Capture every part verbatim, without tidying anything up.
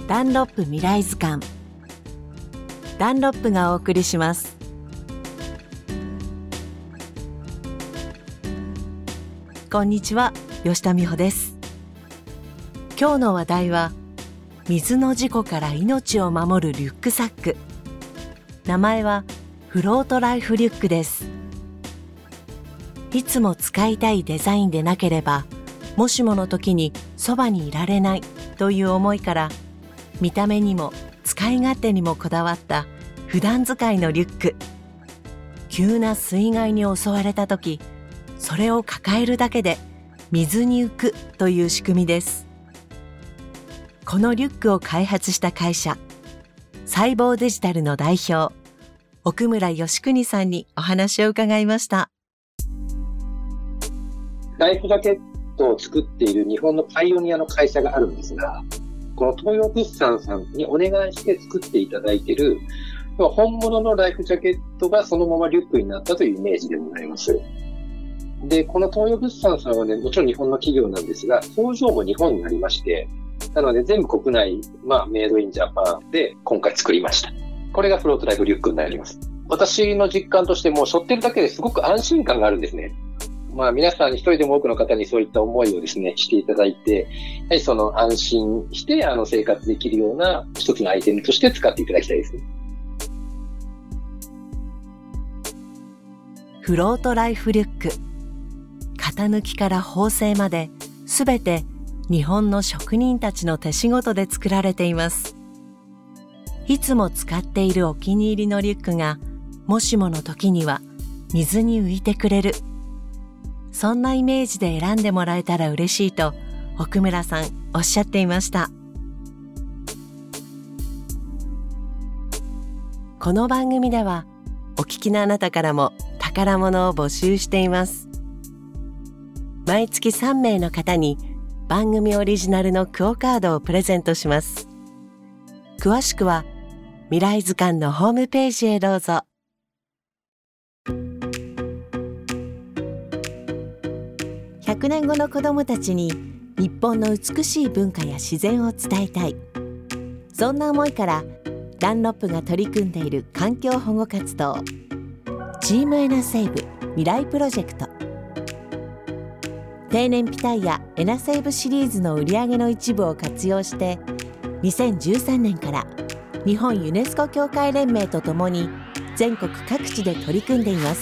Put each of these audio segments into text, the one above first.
ダンロップ未来図鑑。ダンロップがお送りします。こんにちは、吉田美穂です。今日の話題は水の事故から命を守るリュックサック。名前はフロートライフリュックです。いつも使いたいデザインでなければもしもの時にそばにいられないという思いから、見た目にも使い勝手にもこだわった普段使いのリュック。急な水害に襲われた時、それを抱えるだけで水に浮くという仕組みです。このリュックを開発した会社、細胞デジタルの代表、奥村義邦さんにお話を伺いました。 ライフジャケットを作っている日本のパイオニアの会社があるんですが、この東洋物産さんにお願いして作っていただいている本物のライフジャケットがそのままリュックになったというイメージでございます。で、この東洋物産さんはね、もちろん日本の企業なんですが、工場も日本になりまして、なので全部国内、まあメイドインジャパンで今回作りました。これがフロートライフリュックになります。私の実感としてもう背負ってるだけですごく安心感があるんですね。まあ皆さんに一人でも多くの方にそういった思いをですね、していただいて、やはりその安心してあの生活できるような一つのアイテムとして使っていただきたいですね。 フロートライフリュック。型抜きから縫製まで、すべて日本の職人たちの手仕事で作られています。いつも使っているお気に入りのリュックが、もしもの時には水に浮いてくれる。そんなイメージで選んでもらえたら嬉しいと奥村さんおっしゃっていました。この番組ではお聞きのあなたからも宝物を募集しています。毎月さんめいの方に番組オリジナルのクオカードをプレゼントします。詳しくは未来図鑑のホームページへどうぞ。ひゃくねんごの子どもたちに日本の美しい文化や自然を伝えたい。そんな思いからダンロップが取り組んでいる環境保護活動、チームエナセーブ未来プロジェクト。低燃費タイヤエナセーブシリーズの売り上げの一部を活用して、にせんじゅうさんねんから日本ユネスコ協会連盟とともに全国各地で取り組んでいます。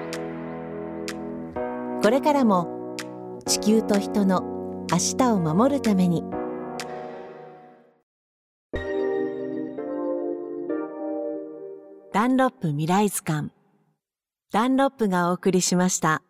これからも地球と人の明日を守るために。ダンロップ未来図鑑。ダンロップがお送りしました。